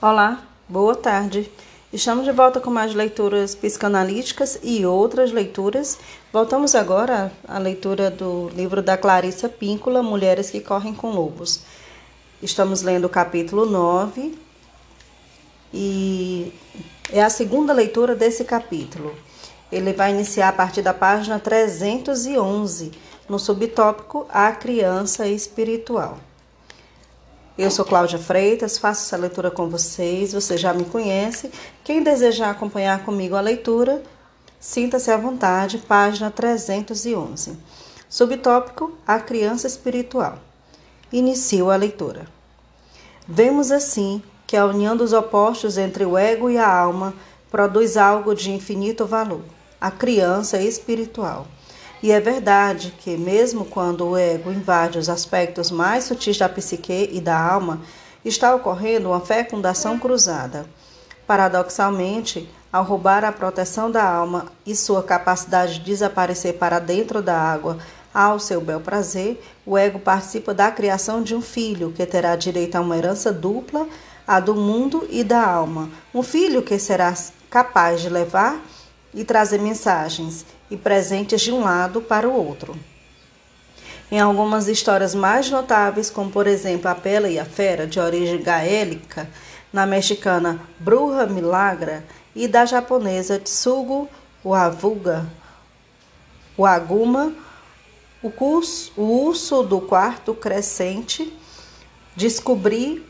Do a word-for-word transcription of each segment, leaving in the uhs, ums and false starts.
Olá, boa tarde. Estamos de volta com mais leituras psicanalíticas e outras leituras. Voltamos agora à leitura do livro da Clarissa Píncola, Mulheres que Correm com Lobos. Estamos lendo o capítulo nove e é a segunda leitura desse capítulo. Ele vai iniciar a partir da página trezentos e onze, no subtópico A Criança Espiritual. Eu sou Cláudia Freitas, faço essa leitura com vocês, você já me conhece. Quem desejar acompanhar comigo a leitura, sinta-se à vontade, página trezentos e onze. Subtópico, A Criança Espiritual. Inicio a leitura. Vemos assim que a união dos opostos entre o ego e a alma produz algo de infinito valor, a criança espiritual. E é verdade que, mesmo quando o ego invade os aspectos mais sutis da psique e da alma, está ocorrendo uma fecundação cruzada. Paradoxalmente, ao roubar a proteção da alma e sua capacidade de desaparecer para dentro da água ao seu bel prazer, o ego participa da criação de um filho que terá direito a uma herança dupla, a do mundo e da alma. Um filho que será capaz de levar e trazer mensagens e presentes de um lado para o outro. Em algumas histórias mais notáveis, como por exemplo A Bela e a Fera, de origem gaélica, na mexicana Bruja Milagra e da japonesa Tsugu Wavuga, o Aguma, o, curso, o urso do quarto crescente, descobrir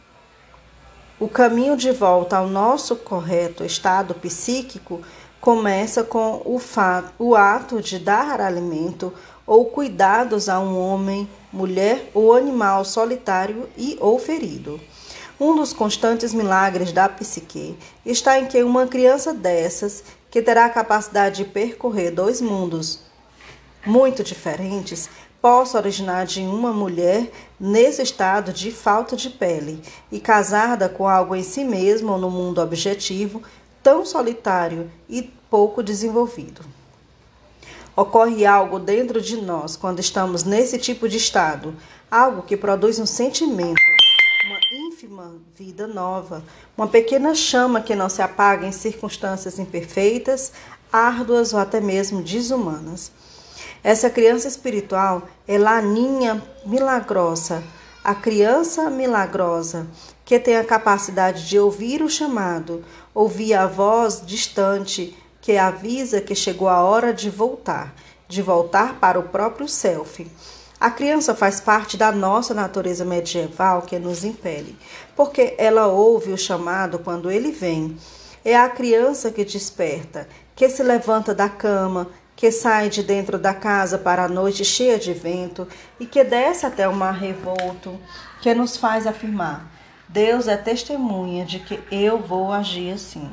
o caminho de volta ao nosso correto estado psíquico começa com o, fato, o ato de dar alimento ou cuidados a um homem, mulher ou animal solitário e ou ferido. Um dos constantes milagres da psique está em que uma criança dessas, que terá a capacidade de percorrer dois mundos muito diferentes, possa originar de uma mulher nesse estado de falta de pele e casada com algo em si mesmo ou no mundo objetivo, tão solitário e pouco desenvolvido. Ocorre algo dentro de nós quando estamos nesse tipo de estado, algo que produz um sentimento, uma ínfima vida nova, uma pequena chama que não se apaga em circunstâncias imperfeitas, árduas ou até mesmo desumanas. Essa criança espiritual é a Laninha milagrosa, a criança milagrosa, que tem a capacidade de ouvir o chamado, ouvir a voz distante que avisa que chegou a hora de voltar, de voltar para o próprio self. A criança faz parte da nossa natureza medieval que nos impele, porque ela ouve o chamado quando ele vem. É a criança que desperta, que se levanta da cama, que sai de dentro da casa para a noite cheia de vento e que desce até o mar revolto, que nos faz afirmar: Deus é testemunha de que eu vou agir assim.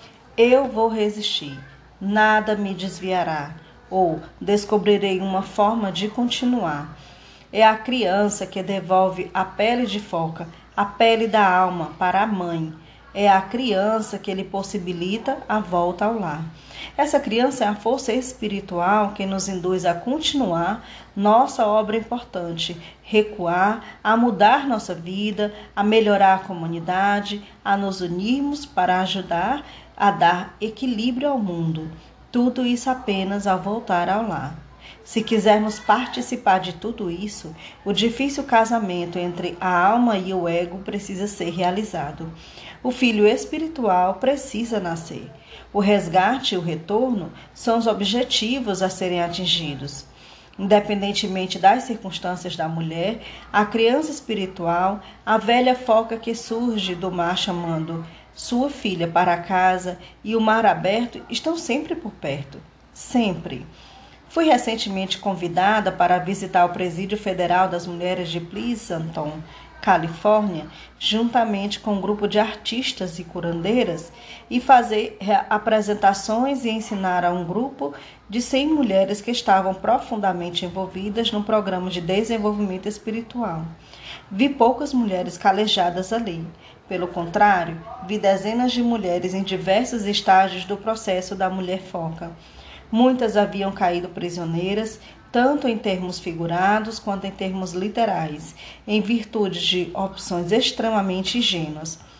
Eu vou resistir, nada me desviará, ou descobrirei uma forma de continuar. É a criança que devolve a pele de foca, a pele da alma para a mãe. É a criança que lhe possibilita a volta ao lar. Essa criança é a força espiritual que nos induz a continuar nossa obra importante, recuar, a mudar nossa vida, a melhorar a comunidade, a nos unirmos para ajudar a dar equilíbrio ao mundo. Tudo isso apenas ao voltar ao lar. Se quisermos participar de tudo isso, o difícil casamento entre a alma e o ego precisa ser realizado. O filho espiritual precisa nascer. O resgate e o retorno são os objetivos a serem atingidos. Independentemente das circunstâncias da mulher, a criança espiritual, a velha foca que surge do mar chamando sua filha para casa e o mar aberto estão sempre por perto. Sempre. Fui recentemente convidada para visitar o Presídio Federal das Mulheres de Pleasanton, Califórnia, juntamente com um grupo de artistas e curandeiras, e fazer apresentações e ensinar a um grupo de cem mulheres que estavam profundamente envolvidas num programa de desenvolvimento espiritual. Vi poucas mulheres calejadas ali. Pelo contrário, vi dezenas de mulheres em diversos estágios do processo da mulher foca. Muitas haviam caído prisioneiras, tanto em termos figurados quanto em termos literais, em virtude de opções extremamente ingênuas.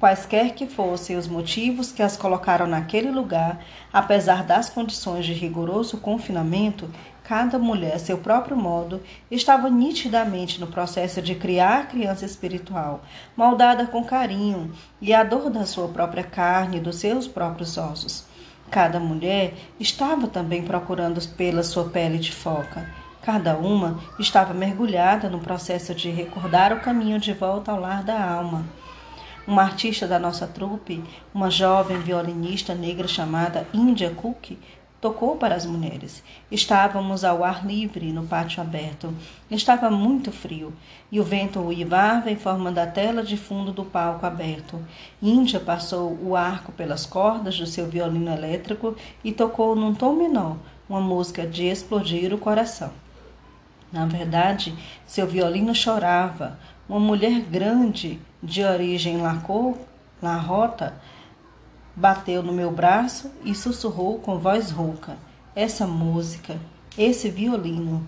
Quaisquer que fossem os motivos que as colocaram naquele lugar, apesar das condições de rigoroso confinamento, cada mulher, a seu próprio modo, estava nitidamente no processo de criar a criança espiritual, moldada com carinho e a dor da sua própria carne e dos seus próprios ossos. Cada mulher estava também procurando pela sua pele de foca. Cada uma estava mergulhada no processo de recordar o caminho de volta ao lar da alma. Uma artista da nossa trupe, uma jovem violinista negra chamada India Cook, tocou para as mulheres. Estávamos ao ar livre, no pátio aberto. Estava muito frio, e o vento uivava em forma da tela de fundo do palco aberto. Índia passou o arco pelas cordas do seu violino elétrico e tocou num tom menor, uma música de explodir o coração. Na verdade, seu violino chorava. Uma mulher grande, de origem lacô, larrota, bateu no meu braço e sussurrou com voz rouca: essa música, esse violino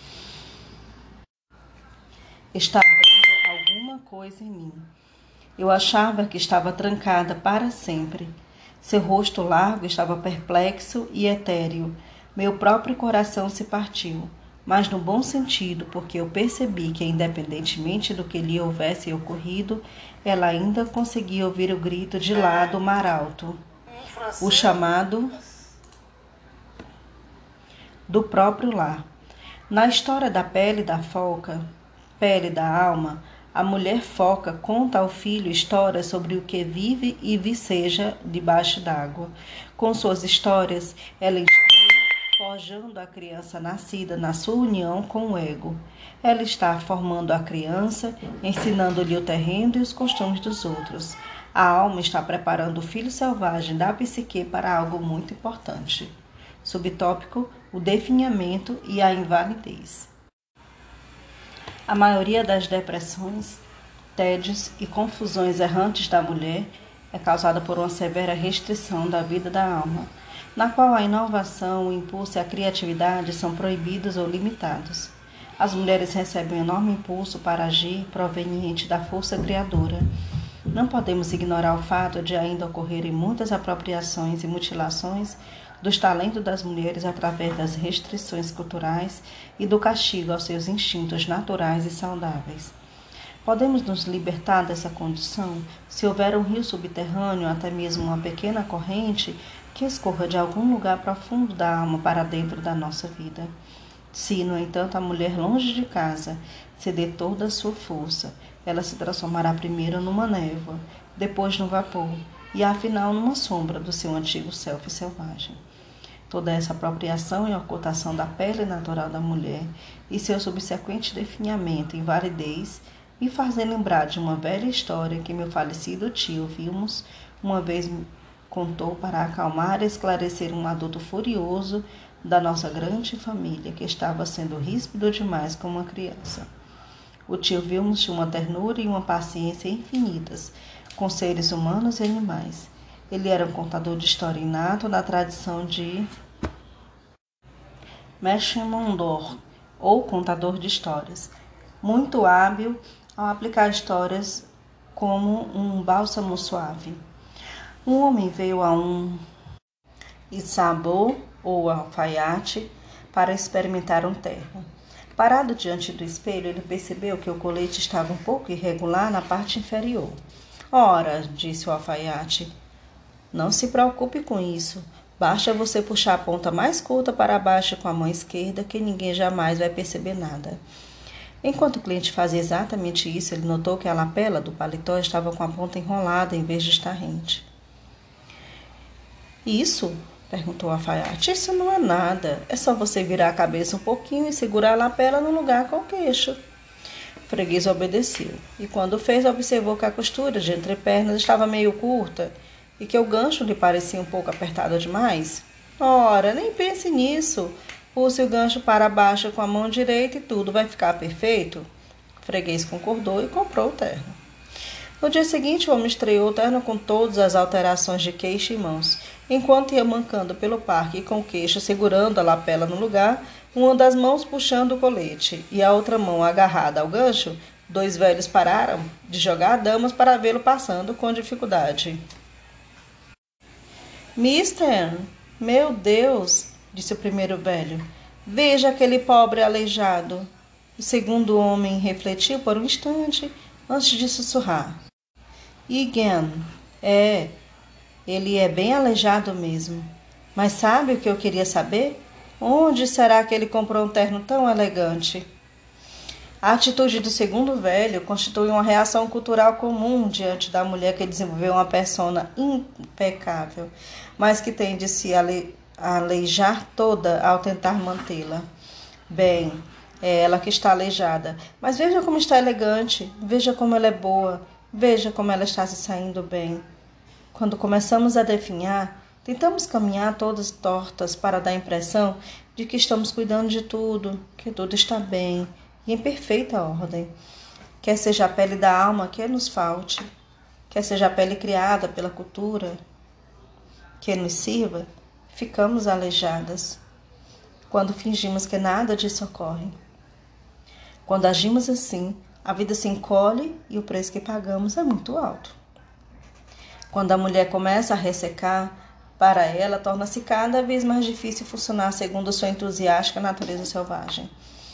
está abrindo alguma coisa em mim. Eu achava que estava trancada para sempre. Seu rosto largo estava perplexo e etéreo. Meu próprio coração se partiu, mas no bom sentido, porque eu percebi que, independentemente do que lhe houvesse ocorrido, ela ainda conseguia ouvir o grito de lá do mar alto, o chamado do próprio lar. Na história da pele da foca, pele da alma, a mulher foca conta ao filho histórias sobre o que vive e viceja debaixo d'água. Com suas histórias, ela forjando a criança nascida na sua união com o ego. Ela está formando a criança, ensinando-lhe o terreno e os costumes dos outros. A alma está preparando o filho selvagem da psique para algo muito importante. Subtópico: o definhamento e a invalidez. A maioria das depressões, tédios e confusões errantes da mulher é causada por uma severa restrição da vida da alma, na qual a inovação, o impulso e a criatividade são proibidos ou limitados. As mulheres recebem um enorme impulso para agir proveniente da força criadora. Não podemos ignorar o fato de ainda ocorrerem muitas apropriações e mutilações dos talentos das mulheres através das restrições culturais e do castigo aos seus instintos naturais e saudáveis. Podemos nos libertar dessa condição se houver um rio subterrâneo, até mesmo uma pequena corrente, que escorra de algum lugar profundo da alma para dentro da nossa vida. Se, no entanto, a mulher longe de casa ceder toda a sua força, ela se transformará primeiro numa névoa, depois no vapor e, afinal, numa sombra do seu antigo self selvagem. Toda essa apropriação e ocultação da pele natural da mulher e seu subsequente definhamento e invalidez me fazem lembrar de uma velha história que meu falecido tio Vilmos uma vez contou para acalmar e esclarecer um adulto furioso da nossa grande família, que estava sendo ríspido demais com uma criança. O tio Vilmos tinha uma ternura e uma paciência infinitas com seres humanos e animais. Ele era um contador de história inato na tradição de Meshemondor, ou contador de histórias, muito hábil ao aplicar histórias como um bálsamo suave. Um homem veio a um Isabô, ou alfaiate, para experimentar um terno. Parado diante do espelho, ele percebeu que o colete estava um pouco irregular na parte inferior. Ora, disse o alfaiate, não se preocupe com isso. Basta você puxar a ponta mais curta para baixo com a mão esquerda, que ninguém jamais vai perceber nada. Enquanto o cliente fazia exatamente isso, ele notou que a lapela do paletó estava com a ponta enrolada em vez de estar rente. Isso? Perguntou o alfaiate. Isso não é nada. É só você virar a cabeça um pouquinho e segurar a lapela no lugar com o queixo. O freguês obedeceu. E quando fez, observou que a costura de entrepernas estava meio curta e que o gancho lhe parecia um pouco apertado demais. Ora, nem pense nisso. Puse o gancho para baixo com a mão direita e tudo vai ficar perfeito. O freguês concordou e comprou o terno. No dia seguinte, o homem estreou o terno com todas as alterações de queixo e mãos. Enquanto ia mancando pelo parque com o queixo segurando a lapela no lugar, uma das mãos puxando o colete e a outra mão agarrada ao gancho, Dois velhos pararam de jogar damas para vê-lo passando com dificuldade. Mister, meu Deus, disse o primeiro velho, veja aquele pobre aleijado. O segundo homem refletiu por um instante antes de sussurrar. Igen, é, ele é bem aleijado mesmo. Mas sabe o que eu queria saber? Onde será que ele comprou um terno tão elegante? A atitude do segundo velho constitui uma reação cultural comum diante da mulher que desenvolveu uma persona impecável, mas que tem de se ale- aleijar toda ao tentar mantê-la. Bem, é ela que está aleijada, mas veja como está elegante, veja como ela é boa, veja como ela está se saindo bem. Quando começamos a definhar, tentamos caminhar todas tortas para dar a impressão de que estamos cuidando de tudo, que tudo está bem e em perfeita ordem. Quer seja a pele da alma que nos falte, quer seja a pele criada pela cultura que nos sirva, ficamos aleijadas quando fingimos que nada disso ocorre. Quando agimos assim, a vida se encolhe e o preço que pagamos é muito alto. Quando a mulher começa a ressecar, para ela torna-se cada vez mais difícil funcionar segundo sua entusiástica natureza selvagem.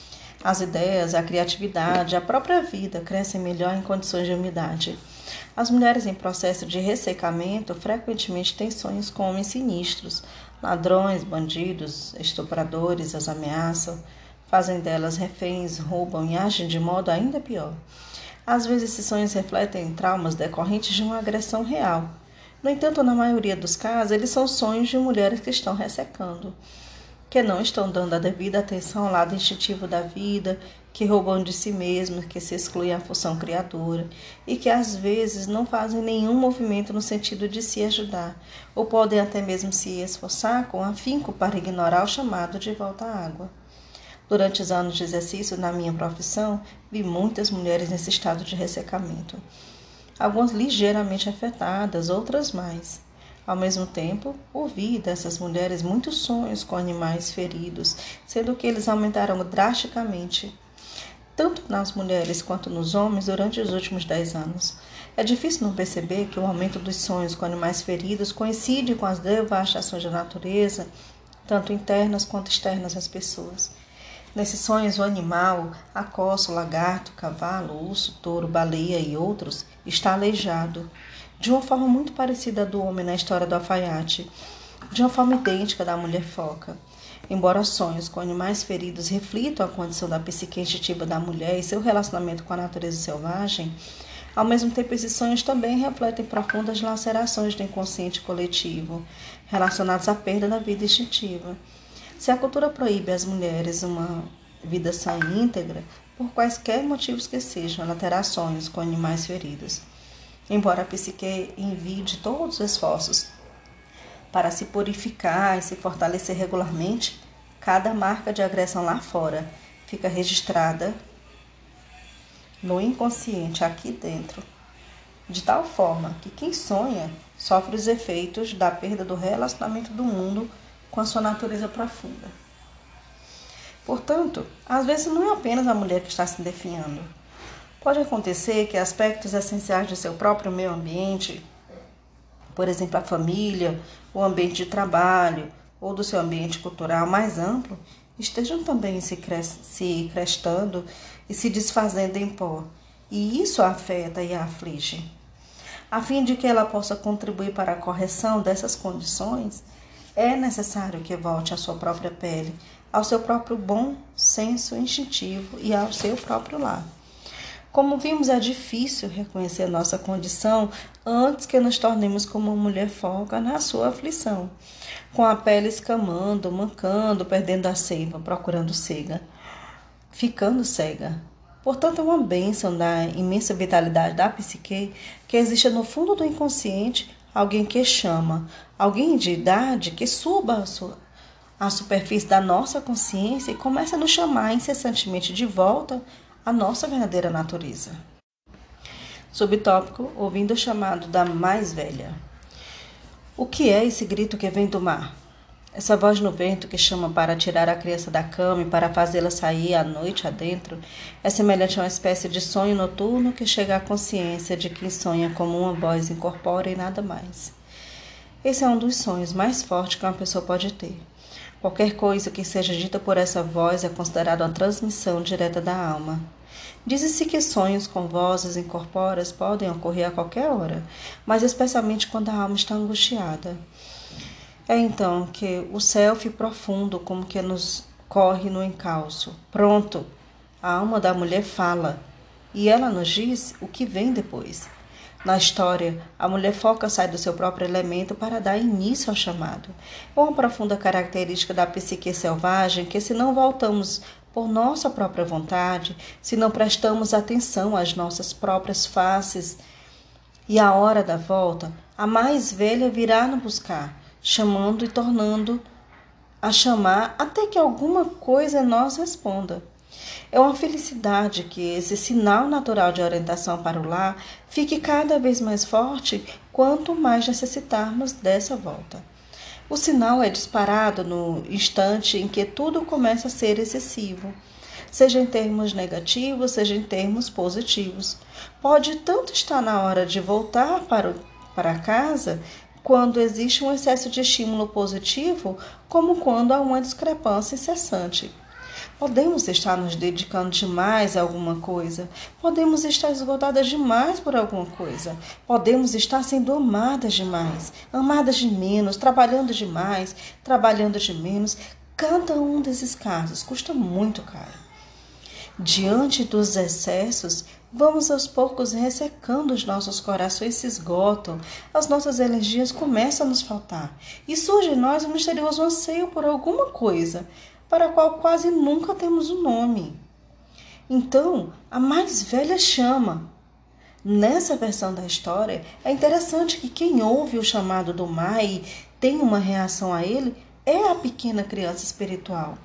As ideias, a criatividade, a própria vida crescem melhor em condições de umidade. As mulheres em processo de ressecamento frequentemente têm sonhos com homens sinistros. Ladrões, bandidos, estupradores as ameaçam, fazem delas reféns, roubam e agem de modo ainda pior. Às vezes esses sonhos refletem traumas decorrentes de uma agressão real. No entanto, na maioria dos casos, eles são sonhos de mulheres que estão ressecando, que não estão dando a devida atenção ao lado instintivo da vida, que roubam de si mesmas, que se excluem a função criadora e que às vezes não fazem nenhum movimento no sentido de se ajudar, ou podem até mesmo se esforçar com afinco para ignorar o chamado de volta à água. Durante os anos de exercício na minha profissão, vi muitas mulheres nesse estado de ressecamento. Algumas ligeiramente afetadas, outras mais. Ao mesmo tempo, ouvi dessas mulheres muitos sonhos com animais feridos, sendo que eles aumentaram drasticamente, tanto nas mulheres quanto nos homens, durante os últimos dez anos. É difícil não perceber que o aumento dos sonhos com animais feridos coincide com as devastações da natureza, tanto internas quanto externas às pessoas. Nesses sonhos, o animal, a coça, o lagarto, o cavalo, o urso, o touro, baleia e outros, está aleijado, de uma forma muito parecida à do homem na história do alfaiate, de uma forma idêntica da mulher foca. Embora sonhos com animais feridos reflitam a condição da psique instintiva da mulher e seu relacionamento com a natureza selvagem, ao mesmo tempo esses sonhos também refletem profundas lacerações do inconsciente coletivo, relacionadas à perda da vida instintiva. Se a cultura proíbe às mulheres uma vida sã e íntegra, por quaisquer motivos que sejam, ela terá sonhos com animais feridos. Embora a psique envie de todos os esforços para se purificar e se fortalecer regularmente, cada marca de agressão lá fora fica registrada no inconsciente aqui dentro, de tal forma que quem sonha sofre os efeitos da perda do relacionamento do mundo com a sua natureza profunda. Portanto, às vezes não é apenas a mulher que está se definhando. Pode acontecer que aspectos essenciais do seu próprio meio ambiente, por exemplo, a família, o ambiente de trabalho ou do seu ambiente cultural mais amplo, estejam também se, cres- se crestando e se desfazendo em pó, e isso a afeta e a aflige. A fim de que ela possa contribuir para a correção dessas condições, é necessário que volte à sua própria pele, ao seu próprio bom senso instintivo e ao seu próprio lar. Como vimos, é difícil reconhecer nossa condição antes que nos tornemos como uma mulher foca na sua aflição, com a pele escamando, mancando, perdendo a seiva, procurando cega, ficando cega. Portanto, é uma bênção da imensa vitalidade da psique que existe no fundo do inconsciente alguém que chama, alguém de idade que suba a, sua, a superfície da nossa consciência e comece a nos chamar incessantemente de volta à nossa verdadeira natureza. Subtópico, ouvindo o chamado da mais velha. O que é esse grito que vem do mar? Essa voz no vento que chama para tirar a criança da cama e para fazê-la sair à noite adentro é semelhante a uma espécie de sonho noturno que chega à consciência de quem sonha como uma voz incorpórea e nada mais. Esse é um dos sonhos mais fortes que uma pessoa pode ter. Qualquer coisa que seja dita por essa voz é considerada uma transmissão direta da alma. Diz-se que sonhos com vozes incorpóreas podem ocorrer a qualquer hora, mas especialmente quando a alma está angustiada. É então que o self profundo como que nos corre no encalço. Pronto, a alma da mulher fala e ela nos diz o que vem depois. Na história, a mulher foca sai do seu próprio elemento para dar início ao chamado. É uma profunda característica da psique selvagem que, se não voltamos por nossa própria vontade, se não prestamos atenção às nossas próprias faces e à hora da volta, a mais velha virá nos buscar, chamando e tornando a chamar até que alguma coisa em nós responda. É uma felicidade que esse sinal natural de orientação para o lar fique cada vez mais forte quanto mais necessitarmos dessa volta. O sinal é disparado no instante em que tudo começa a ser excessivo, seja em termos negativos, seja em termos positivos. Pode tanto estar na hora de voltar para, o, para casa, quando existe um excesso de estímulo positivo, como quando há uma discrepância incessante. Podemos estar nos dedicando demais a alguma coisa. Podemos estar esgotadas demais por alguma coisa. Podemos estar sendo amadas demais, amadas de menos, trabalhando demais, trabalhando de menos. Cada um desses casos custa muito caro. Diante dos excessos, vamos aos poucos ressecando, os nossos corações se esgotam, as nossas energias começam a nos faltar e surge em nós um misterioso anseio por alguma coisa, para a qual quase nunca temos um nome. Então, a mais velha chama. Nessa versão da história, é interessante que quem ouve o chamado do mar e tem uma reação a ele é a pequena criança espiritual.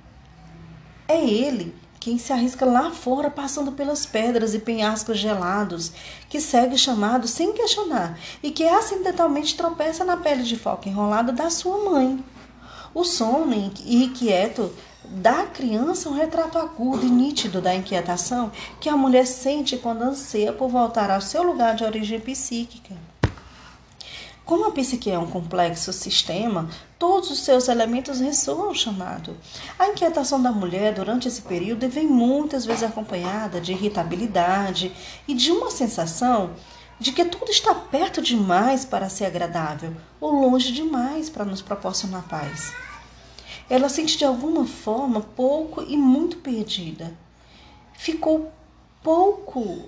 É ele quem se arrisca lá fora, passando pelas pedras e penhascos gelados, que segue o chamado sem questionar e que acidentalmente tropeça na pele de foca enrolada da sua mãe. O sono inquieto da criança é um retrato agudo e nítido da inquietação que a mulher sente quando anseia por voltar ao seu lugar de origem psíquica. Como a psique é um complexo sistema, todos os seus elementos ressoam o chamado. A inquietação da mulher durante esse período vem muitas vezes acompanhada de irritabilidade e de uma sensação de que tudo está perto demais para ser agradável ou longe demais para nos proporcionar paz. Ela sente de alguma forma pouco e muito perdida. Ficou pouco,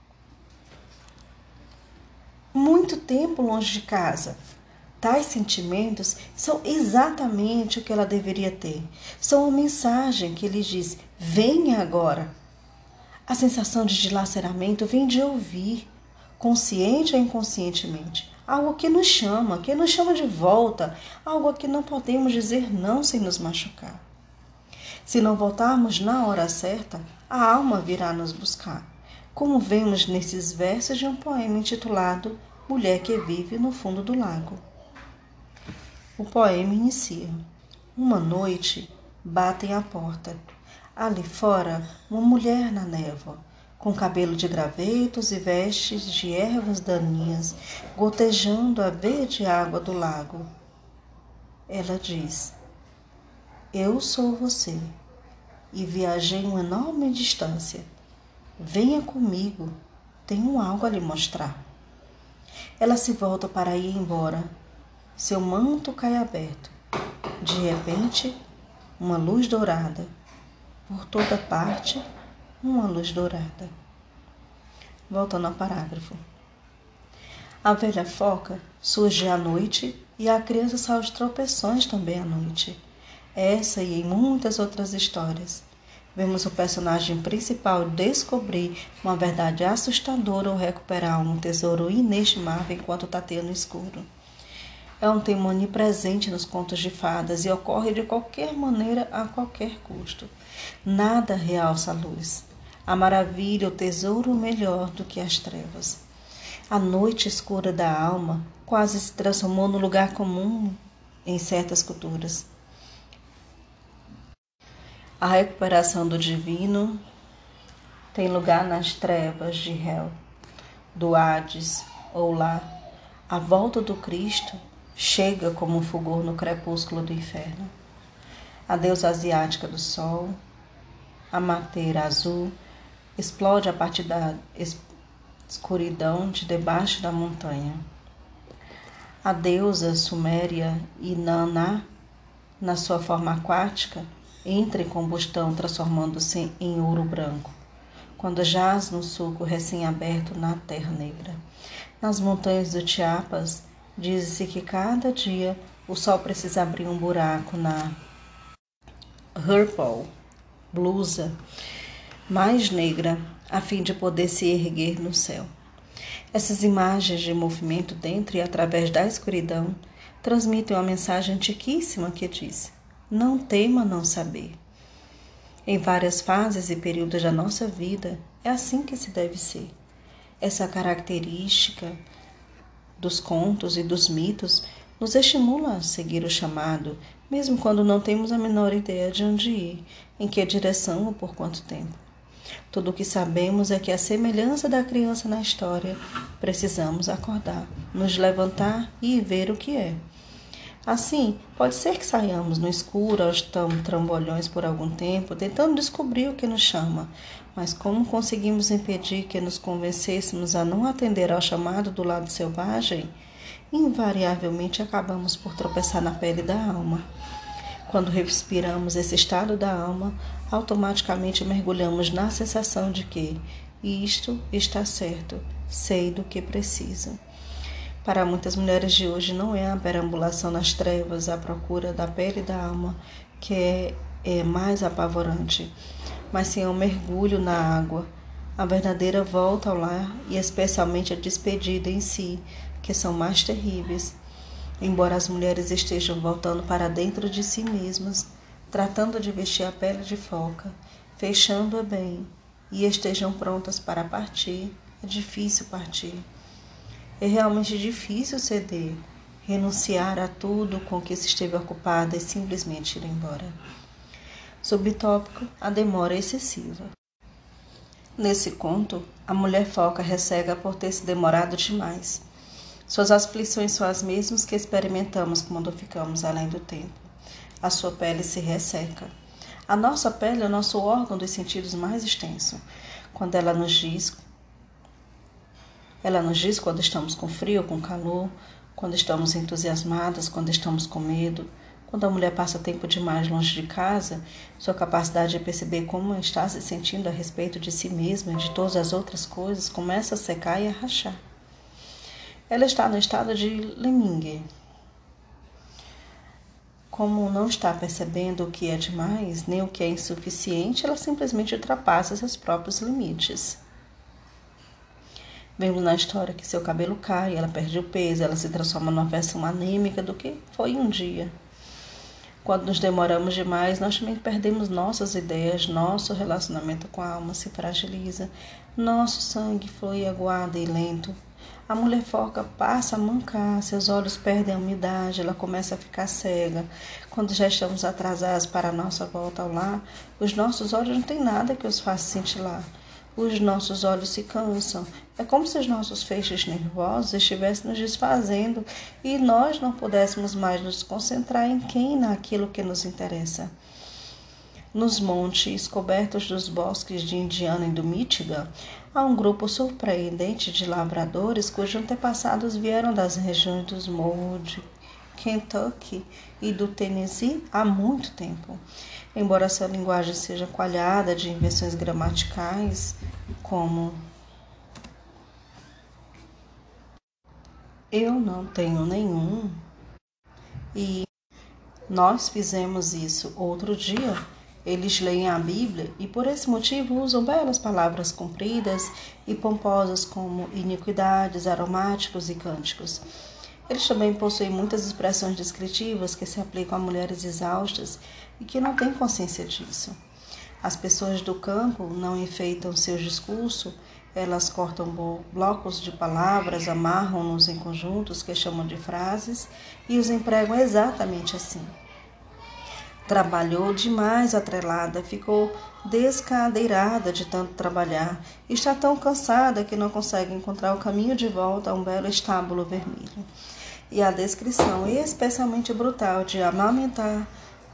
muito tempo longe de casa. Tais sentimentos são exatamente o que ela deveria ter. São uma mensagem que lhe diz: venha agora. A sensação de dilaceramento vem de ouvir, consciente ou inconscientemente, algo que nos chama, que nos chama de volta, algo a que não podemos dizer não sem nos machucar. Se não voltarmos na hora certa, a alma virá nos buscar, como vemos nesses versos de um poema intitulado Mulher que Vive no Fundo do Lago. O poema inicia: uma noite batem à porta. Ali fora, uma mulher na névoa, com cabelo de gravetos e vestes de ervas daninhas, gotejando a verde água do lago. Ela diz: eu sou você, e viajei uma enorme distância. Venha comigo, tenho algo a lhe mostrar. Ela se volta para ir embora. Seu manto cai aberto. De repente, uma luz dourada. Por toda parte, uma luz dourada. Voltando ao parágrafo. A velha foca surge à noite e a criança sai aos tropeções também à noite. Essa e em muitas outras histórias, vemos o personagem principal descobrir uma verdade assustadora ou recuperar um tesouro inestimável enquanto tateia no escuro. É um tema onipresente nos contos de fadas e ocorre de qualquer maneira, a qualquer custo. Nada realça a luz. A maravilha, o tesouro melhor do que as trevas. A noite escura da alma quase se transformou no lugar comum em certas culturas. A recuperação do divino tem lugar nas trevas de Hel, do Hades ou lá. A volta do Cristo chega como um fulgor no crepúsculo do inferno. A deusa asiática do sol, a mateira azul, explode a partir da escuridão de debaixo da montanha. A deusa suméria Inanna, na sua forma aquática, entra em combustão, transformando-se em ouro branco, quando jaz no sulco recém-aberto na terra negra. Nas montanhas do Chiapas, diz-se que cada dia o sol precisa abrir um buraco na Purple, blusa mais negra, a fim de poder se erguer no céu. Essas imagens de movimento dentro e através da escuridão transmitem uma mensagem antiquíssima que diz: não tema não saber. Em várias fases e períodos da nossa vida, é assim que se deve ser. Essa característica dos contos e dos mitos nos estimula a seguir o chamado, mesmo quando não temos a menor ideia de onde ir, em que direção ou por quanto tempo. Tudo o que sabemos é que, à semelhança da criança na história, precisamos acordar, nos levantar e ver o que é. Assim, pode ser que saiamos no escuro aos trambolhões por algum tempo, tentando descobrir o que nos chama, mas como conseguimos impedir que nos convencêssemos a não atender ao chamado do lado selvagem? Invariavelmente acabamos por tropeçar na pele da alma. Quando respiramos esse estado da alma, automaticamente mergulhamos na sensação de que isto está certo, sei do que preciso. Para muitas mulheres de hoje, não é a perambulação nas trevas à procura da pele da alma que é, é mais apavorante, mas sim o mergulho na água, a verdadeira volta ao lar e especialmente a despedida em si, que são mais terríveis. Embora as mulheres estejam voltando para dentro de si mesmas, tratando de vestir a pele de foca, fechando-a bem, e estejam prontas para partir, é difícil partir. É realmente difícil ceder, renunciar a tudo com que se esteve ocupada e simplesmente ir embora. Subtópico: a demora excessiva. Nesse conto, a mulher foca ressega por ter se demorado demais. Suas aflições são as mesmas que experimentamos quando ficamos além do tempo. A sua pele se resseca. A nossa pele é o nosso órgão dos sentidos mais extenso. Quando ela nos diz, ela nos diz quando estamos com frio ou com calor, quando estamos entusiasmadas, quando estamos com medo. Quando a mulher passa tempo demais longe de casa, sua capacidade de perceber como está se sentindo a respeito de si mesma e de todas as outras coisas começa a secar e a rachar. Ela está no estado de Lemminge. Como não está percebendo o que é demais, nem o que é insuficiente, ela simplesmente ultrapassa seus próprios limites. Vemos na história que seu cabelo cai, ela perde o peso, ela se transforma numa versão anêmica do que foi um dia. Quando nos demoramos demais, nós também perdemos nossas ideias, nosso relacionamento com a alma se fragiliza, nosso sangue flui aguado e lento. A mulher foca passa a mancar, seus olhos perdem a umidade, ela começa a ficar cega. Quando já estamos atrasados para a nossa volta ao lar, os nossos olhos não têm nada que os faça cintilar. Os nossos olhos se cansam. É como se os nossos feixes nervosos estivessem nos desfazendo e nós não pudéssemos mais nos concentrar em quem e naquilo que nos interessa. Nos montes cobertos dos bosques de Indiana e do Michigan, há um grupo surpreendente de lavradores cujos antepassados vieram das regiões dos morros de Kentucky e do Tennessee há muito tempo. Embora sua linguagem seja coalhada de invenções gramaticais, como eu não tenho nenhum e nós fizemos isso outro dia, eles leem a Bíblia e por esse motivo usam belas palavras compridas e pomposas como iniquidades, aromáticos e cânticos. Eles também possuem muitas expressões descritivas que se aplicam a mulheres exaustas e que não têm consciência disso. As pessoas do campo não enfeitam seu discurso Elas cortam blocos de palavras, amarram-nos em conjuntos que chamam de frases e os empregam exatamente assim. Trabalhou demais atrelada, ficou descadeirada de tanto trabalhar. Está tão cansada que não consegue encontrar o caminho de volta a um belo estábulo vermelho. E a descrição especialmente brutal de amamentar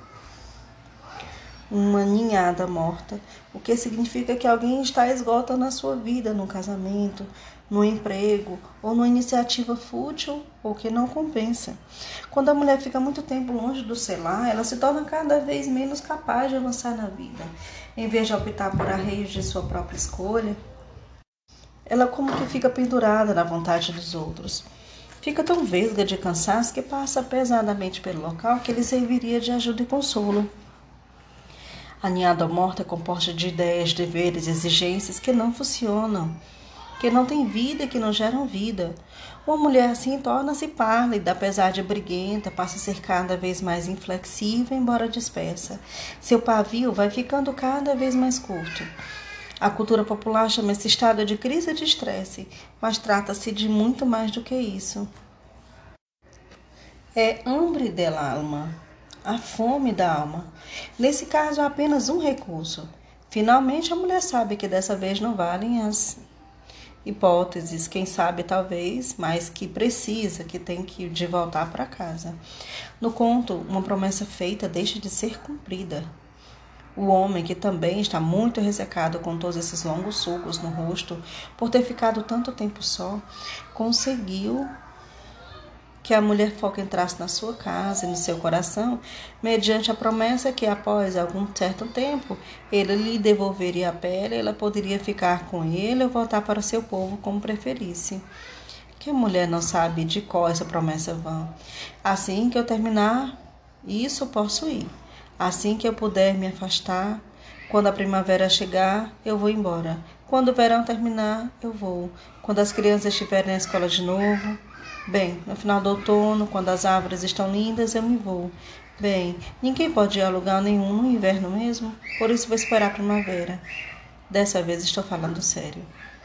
uma ninhada morta, o que significa que alguém está esgotando a sua vida no casamento, no emprego ou numa iniciativa fútil ou que não compensa. Quando a mulher fica muito tempo longe do selar, ela se torna cada vez menos capaz de avançar na vida. Em vez de optar por arreios de sua própria escolha, ela como que fica pendurada na vontade dos outros. Fica tão vesga de cansaço que passa pesadamente pelo local que lhe serviria de ajuda e consolo. A ninhada morta é composta de ideias, deveres e exigências que não funcionam, que não têm vida e que não geram vida. Uma mulher assim torna-se pálida, apesar de briguenta, passa a ser cada vez mais inflexível, embora dispersa. Seu pavio vai ficando cada vez mais curto. A cultura popular chama esse estado de crise de estresse, mas trata-se de muito mais do que isso. É hambre del alma, a fome da alma. Nesse caso, há apenas um recurso. Finalmente, a mulher sabe que dessa vez não valem as hipóteses, quem sabe talvez, mas que precisa, que tem que de voltar para casa. No conto, uma promessa feita deixa de ser cumprida. O homem, que também está muito ressecado com todos esses longos sulcos no rosto, por ter ficado tanto tempo só, conseguiu que a mulher foca entrasse na sua casa e no seu coração, mediante a promessa que, após algum certo tempo, ele lhe devolveria a pele, ela poderia ficar com ele ou voltar para o seu povo como preferisse. Que a mulher não sabe de qual essa promessa vã. Assim que eu terminar, isso posso ir. Assim que eu puder me afastar, quando a primavera chegar, eu vou embora. Quando o verão terminar, eu vou. Quando as crianças estiverem na escola de novo, bem, no final do outono, quando as árvores estão lindas, eu me vou. Bem, ninguém pode ir a lugar nenhum no inverno mesmo, por isso vou esperar a primavera. Dessa vez estou falando sério.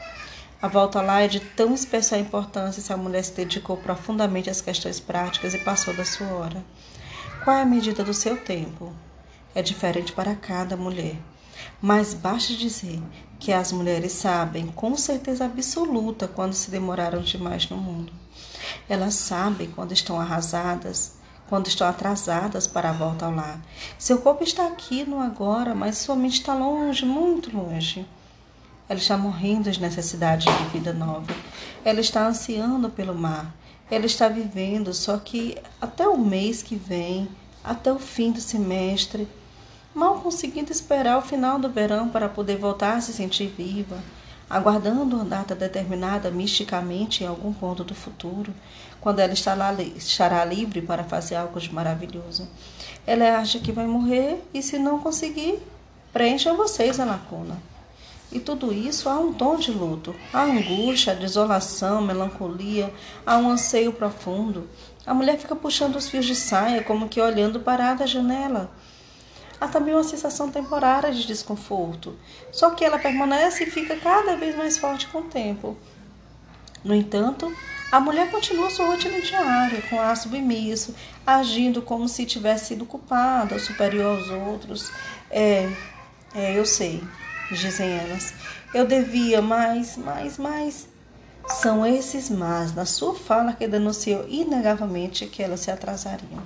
A volta lá é de tão especial importância se a mulher se dedicou profundamente às questões práticas e passou da sua hora. Qual é a medida do seu tempo? É diferente para cada mulher. Mas basta dizer que as mulheres sabem com certeza absoluta quando se demoraram demais no mundo. Elas sabem quando estão arrasadas, quando estão atrasadas para a volta ao lar. Seu corpo está aqui no agora, mas sua mente está longe, muito longe. Ela está morrendo de necessidade de vida nova. Ela está ansiando pelo mar. Ela está vivendo, só que até o mês que vem, até o fim do semestre, mal conseguindo esperar o final do verão para poder voltar a se sentir viva, aguardando uma data determinada misticamente em algum ponto do futuro, quando ela estará, estará livre para fazer algo de maravilhoso. Ela acha que vai morrer e, se não conseguir, preencham vocês a lacuna. E tudo isso há um tom de luto, há angústia, desolação, melancolia, há um anseio profundo. A mulher fica puxando os fios de saia, como que olhando para a janela. Há também uma sensação temporária de desconforto, só que ela permanece e fica cada vez mais forte com o tempo. No entanto, a mulher continua sua rotina diária, com ar submisso, agindo como se tivesse sido culpada ou superior aos outros. É, é, eu sei, dizem elas, eu devia mais, mais, mais. São esses mas na sua fala que denunciam inegavelmente que elas se atrasariam.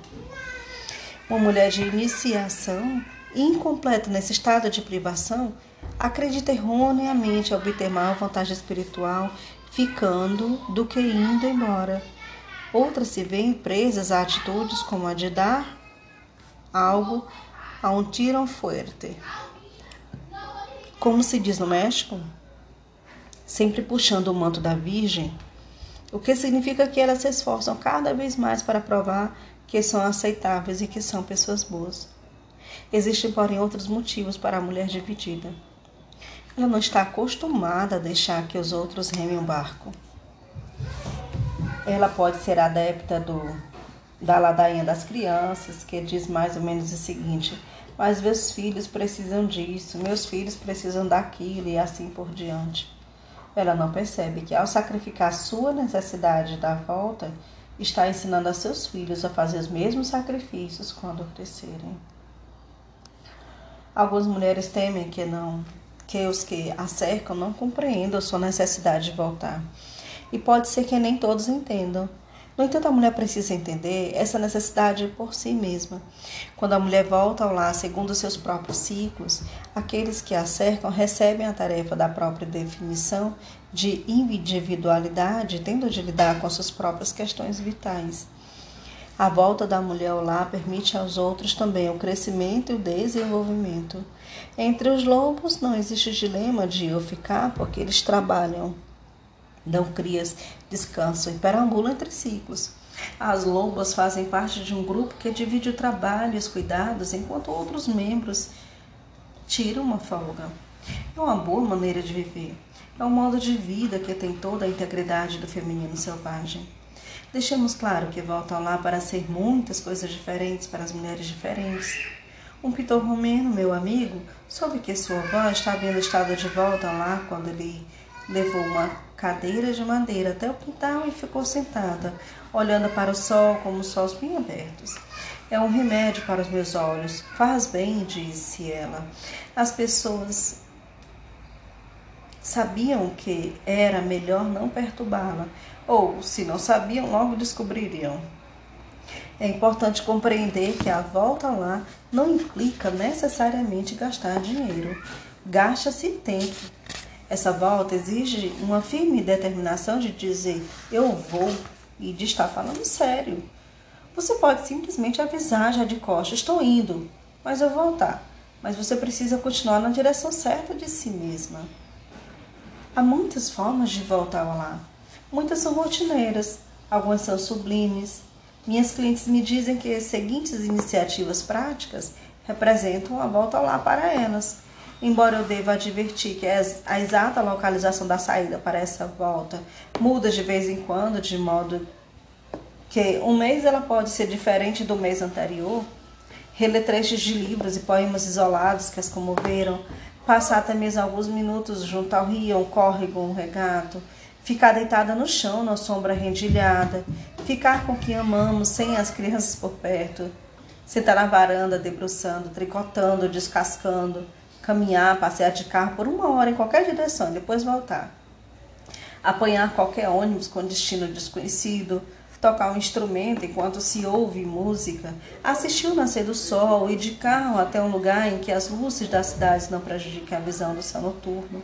Uma mulher de iniciação, incompleta nesse estado de privação, acredita erroneamente obter maior vantagem espiritual ficando do que indo embora. Outras se veem presas a atitudes como a de dar algo a um tirão fuerte. Como se diz no México, sempre puxando o manto da Virgem, o que significa que elas se esforçam cada vez mais para provar que são aceitáveis e que são pessoas boas. Existem, porém, outros motivos para a mulher dividida. Ela não está acostumada a deixar que os outros remem o barco. Ela pode ser adepta do, da ladainha das crianças, que diz mais ou menos o seguinte: mas meus filhos precisam disso, meus filhos precisam daquilo e assim por diante. Ela não percebe que, ao sacrificar sua necessidade da volta, está ensinando a seus filhos a fazer os mesmos sacrifícios quando crescerem. Algumas mulheres temem que não, que os que a cercam não compreendam sua necessidade de voltar. E pode ser que nem todos entendam. No entanto, a mulher precisa entender essa necessidade por si mesma. Quando a mulher volta ao lar segundo seus próprios ciclos, aqueles que a cercam recebem a tarefa da própria definição de individualidade, tendo de lidar com suas próprias questões vitais. A volta da mulher ao lar permite aos outros também o crescimento e o desenvolvimento. Entre os lobos não existe dilema de ir ou ficar, porque eles trabalham, dão crias, descansam e perambulam entre ciclos. As lobas fazem parte de um grupo que divide o trabalho e os cuidados, enquanto outros membros tiram uma folga. É uma boa maneira de viver. É um modo de vida que tem toda a integridade do feminino selvagem. Deixemos claro que volta ao lar para ser muitas coisas diferentes para as mulheres diferentes. Um pintor romeno, meu amigo, soube que sua avó estava em estado de volta ao lar quando ele levou uma cadeira de madeira até o quintal e ficou sentada, olhando para o sol com os olhos bem abertos. É um remédio para os meus olhos. Faz bem, disse ela. As pessoas sabiam que era melhor não perturbá-la, ou, se não sabiam, logo descobririam. É importante compreender que a volta ao lar não implica necessariamente gastar dinheiro. Gasta-se tempo. Essa volta exige uma firme determinação de dizer eu vou e de estar falando sério. Você pode simplesmente avisar já de costas, estou indo, mas eu vou voltar. Mas você precisa continuar na direção certa de si mesma. Há muitas formas de voltar ao lar. Muitas são rotineiras, algumas são sublimes. Minhas clientes me dizem que as seguintes iniciativas práticas representam a volta ao lar para elas. Embora eu deva advertir que a exata localização da saída para essa volta muda de vez em quando, de modo que um mês ela pode ser diferente do mês anterior, reler trechos de livros e poemas isolados que as comoveram, passar até mesmo alguns minutos junto ao rio, um córrego, um regato, ficar deitada no chão, na sombra rendilhada, ficar com quem amamos, sem as crianças por perto, sentar na varanda, debruçando, tricotando, descascando, caminhar, passear de carro por uma hora em qualquer direção e depois voltar. Apanhar qualquer ônibus com destino desconhecido, tocar um instrumento enquanto se ouve música, assistir o nascer do sol, ir de carro até um lugar em que as luzes das cidades não prejudiquem a visão do céu noturno.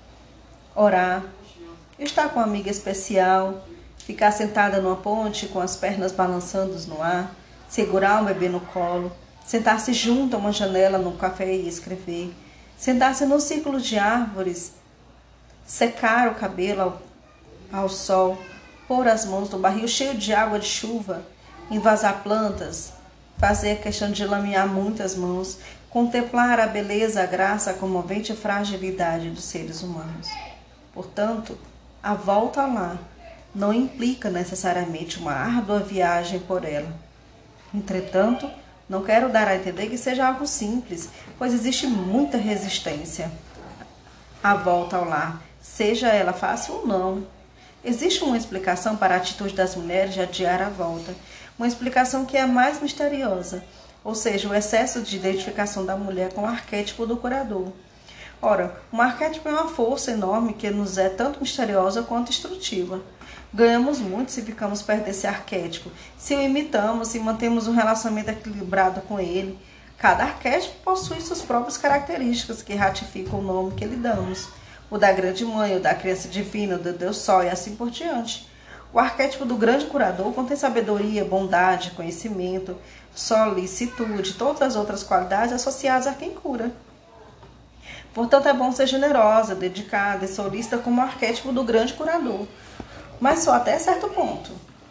Orar, estar com uma amiga especial, ficar sentada numa ponte com as pernas balançando no ar, segurar o bebê no colo, sentar-se junto a uma janela num café e escrever, sentar-se no círculo de árvores, secar o cabelo ao, ao sol, pôr as mãos no barril cheio de água de chuva, envasar plantas, fazer a questão de lamear muitas mãos, contemplar a beleza, a graça, a comovente fragilidade dos seres humanos. Portanto, a volta ao lar não implica necessariamente uma árdua viagem por ela. Entretanto, não quero dar a entender que seja algo simples, pois existe muita resistência à volta ao lar, seja ela fácil ou não. Existe uma explicação para a atitude das mulheres de adiar a volta, uma explicação que é a mais misteriosa, ou seja, o excesso de identificação da mulher com o arquétipo do curador. Ora, um arquétipo é uma força enorme que nos é tanto misteriosa quanto instrutiva. Ganhamos muito se ficamos perto desse arquétipo, se o imitamos, se mantemos um relacionamento equilibrado com ele. Cada arquétipo possui suas próprias características que ratificam o nome que lhe damos. O da grande mãe, o da criança divina, o do Deus Sol e assim por diante. O arquétipo do grande curador contém sabedoria, bondade, conhecimento, solicitude, todas as outras qualidades associadas a quem cura. Portanto, é bom ser generosa, dedicada e solícita como o arquétipo do grande curador. Mas só até certo ponto.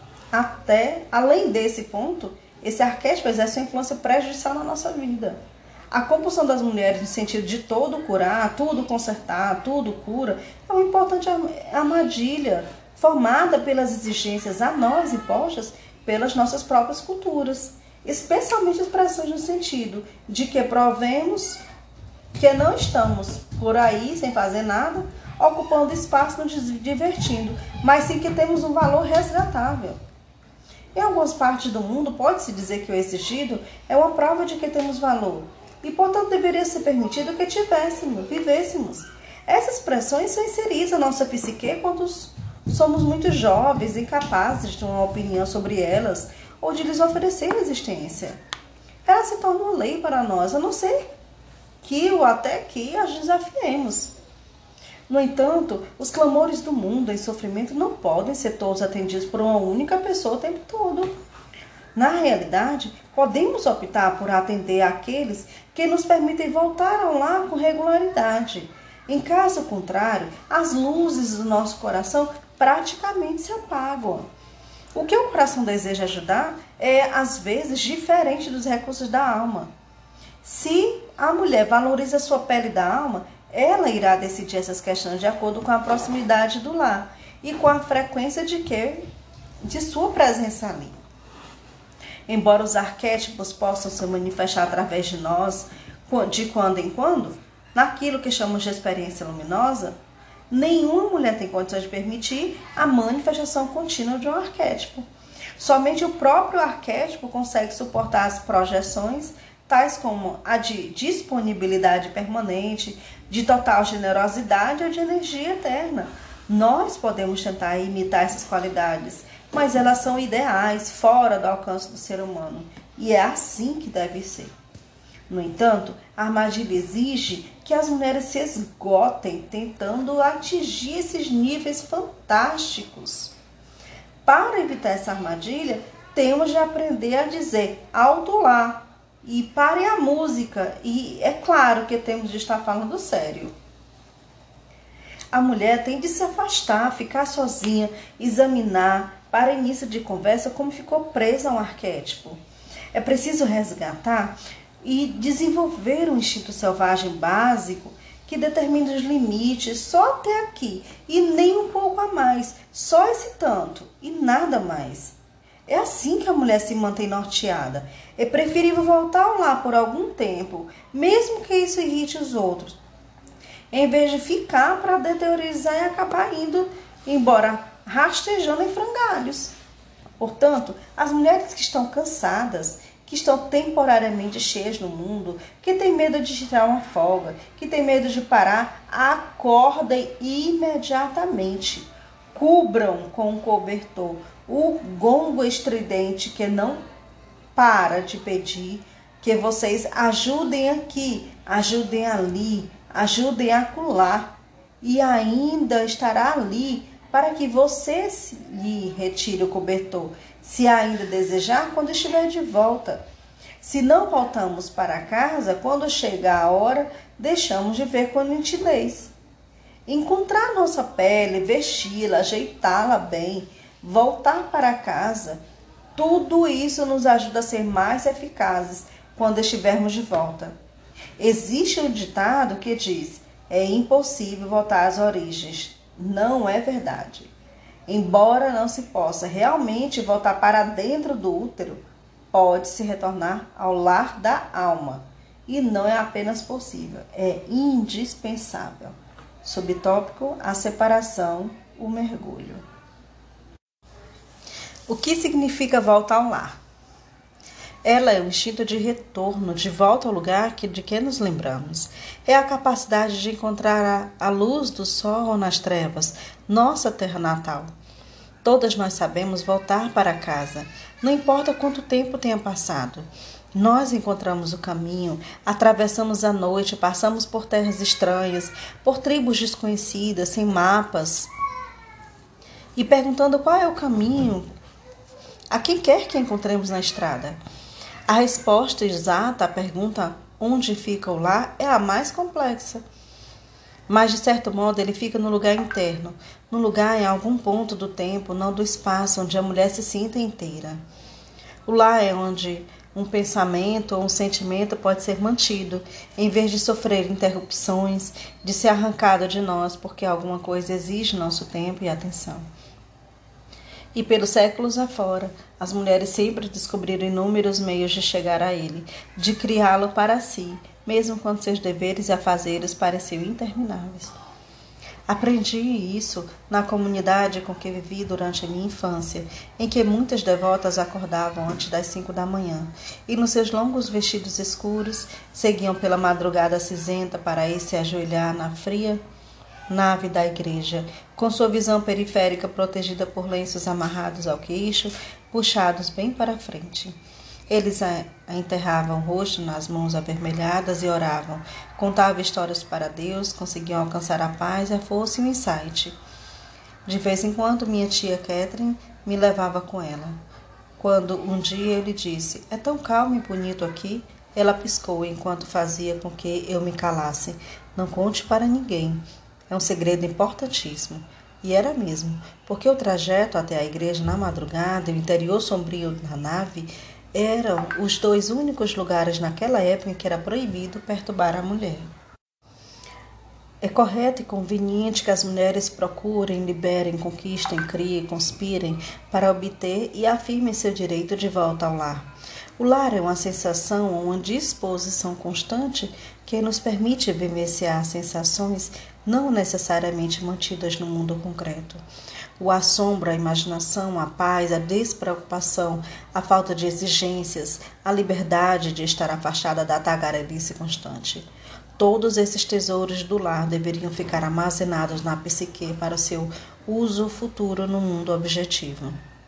Até, além desse ponto, esse arquétipo exerce uma influência prejudicial na nossa vida. A compulsão das mulheres no sentido de todo curar, tudo consertar, tudo cura, é uma importante armadilha formada pelas exigências a nós impostas pelas nossas próprias culturas, especialmente expressões no sentido de que provemos que não estamos por aí sem fazer nada, ocupando espaço, nos divertindo, mas sim que temos um valor resgatável. Em algumas partes do mundo, pode-se dizer que o exigido é uma prova de que temos valor, e, portanto, deveria ser permitido que tivéssemos, vivêssemos. Essas expressões são inseridas na nossa psique quando somos muito jovens, incapazes de uma opinião sobre elas ou de lhes oferecer resistência. Elas se tornam lei para nós, a não ser que ou até que as desafiemos. No entanto, os clamores do mundo em sofrimento não podem ser todos atendidos por uma única pessoa o tempo todo. Na realidade, podemos optar por atender aqueles que nos permitem voltar ao lar com regularidade. Em caso contrário, as luzes do nosso coração praticamente se apagam. O que o coração deseja ajudar é, às vezes, diferente dos recursos da alma. Se a mulher valoriza a sua pele da alma, ela irá decidir essas questões de acordo com a proximidade do lar e com a frequência de, que, de sua presença ali. Embora os arquétipos possam se manifestar através de nós, de quando em quando, naquilo que chamamos de experiência luminosa, nenhuma mulher tem condições de permitir a manifestação contínua de um arquétipo. Somente o próprio arquétipo consegue suportar as projeções, tais como a de disponibilidade permanente, de total generosidade ou de energia eterna. Nós podemos tentar imitar essas qualidades, mas elas são ideais, fora do alcance do ser humano. E é assim que deve ser. No entanto, a armadilha exige que as mulheres se esgotem tentando atingir esses níveis fantásticos. Para evitar essa armadilha, temos de aprender a dizer alto lá e pare a música. E é claro que temos de estar falando sério. A mulher tem de se afastar, ficar sozinha, examinar, para início de conversa, como ficou presa a um arquétipo. É preciso resgatar e desenvolver um instinto selvagem básico que determina os limites só até aqui e nem um pouco a mais, só esse tanto e nada mais. É assim que a mulher se mantém norteada. É preferível voltar ao lar por algum tempo, mesmo que isso irrite os outros, em vez de ficar para deteriorizar e acabar indo embora rastejando em frangalhos. Portanto, as mulheres que estão cansadas, que estão temporariamente cheias no mundo, que têm medo de tirar uma folga, que têm medo de parar, acordem imediatamente. Cubram com um cobertor o gongo estridente que não para de pedir que vocês ajudem aqui, ajudem ali, ajudem acolá, e ainda estará ali para que você lhe retire o cobertor, se ainda desejar, quando estiver de volta. Se não voltamos para casa, quando chegar a hora, deixamos de ver com nitidez. Encontrar nossa pele, vesti-la, ajeitá-la bem, voltar para casa, tudo isso nos ajuda a ser mais eficazes quando estivermos de volta. Existe um ditado que diz: é impossível voltar às origens. Não é verdade. Embora não se possa realmente voltar para dentro do útero, pode-se retornar ao lar da alma. E não é apenas possível, é indispensável. Subtópico: a separação, o mergulho. O que significa volta ao lar? Ela é um instinto de retorno, de volta ao lugar que, de que nos lembramos. É a capacidade de encontrar a, a luz do sol nas trevas, nossa terra natal. Todas nós sabemos voltar para casa, não importa quanto tempo tenha passado. Nós encontramos o caminho, atravessamos a noite, passamos por terras estranhas, por tribos desconhecidas, sem mapas, e perguntando qual é o caminho a quem quer que encontremos na estrada. A resposta exata à pergunta onde fica o lar é a mais complexa. Mas, de certo modo, ele fica no lugar interno, no lugar em algum ponto do tempo, não do espaço, onde a mulher se sinta inteira. O lar é onde um pensamento ou um sentimento pode ser mantido, em vez de sofrer interrupções, de ser arrancado de nós, porque alguma coisa exige nosso tempo e atenção. E pelos séculos afora, as mulheres sempre descobriram inúmeros meios de chegar a ele, de criá-lo para si, mesmo quando seus deveres e afazeres pareciam intermináveis. Aprendi isso na comunidade com que vivi durante a minha infância, em que muitas devotas acordavam antes das cinco da manhã e, nos seus longos vestidos escuros, seguiam pela madrugada cinzenta para ir se ajoelhar na fria nave da igreja, com sua visão periférica protegida por lenços amarrados ao queixo, puxados bem para a frente. Eles a enterravam o rosto nas mãos avermelhadas e oravam, contavam histórias para Deus, conseguiam alcançar a paz, a força e o insight. De vez em quando, minha tia Catherine me levava com ela. Quando um dia eu lhe disse, é tão calmo e bonito aqui, ela piscou enquanto fazia com que eu me calasse. Não conte para ninguém. É um segredo importantíssimo. E era mesmo, porque o trajeto até a igreja na madrugada e o interior sombrio da nave eram os dois únicos lugares naquela época em que era proibido perturbar a mulher. É correto e conveniente que as mulheres procurem, liberem, conquistem, criem, conspirem para obter e afirmem seu direito de volta ao lar. O lar é uma sensação, uma disposição constante que nos permite vivenciar sensações não necessariamente mantidas no mundo concreto. O assombro, a imaginação, a paz, a despreocupação, a falta de exigências, a liberdade de estar afastada da tagarelice constante. Todos esses tesouros do lar deveriam ficar armazenados na psique para o seu uso futuro no mundo objetivo.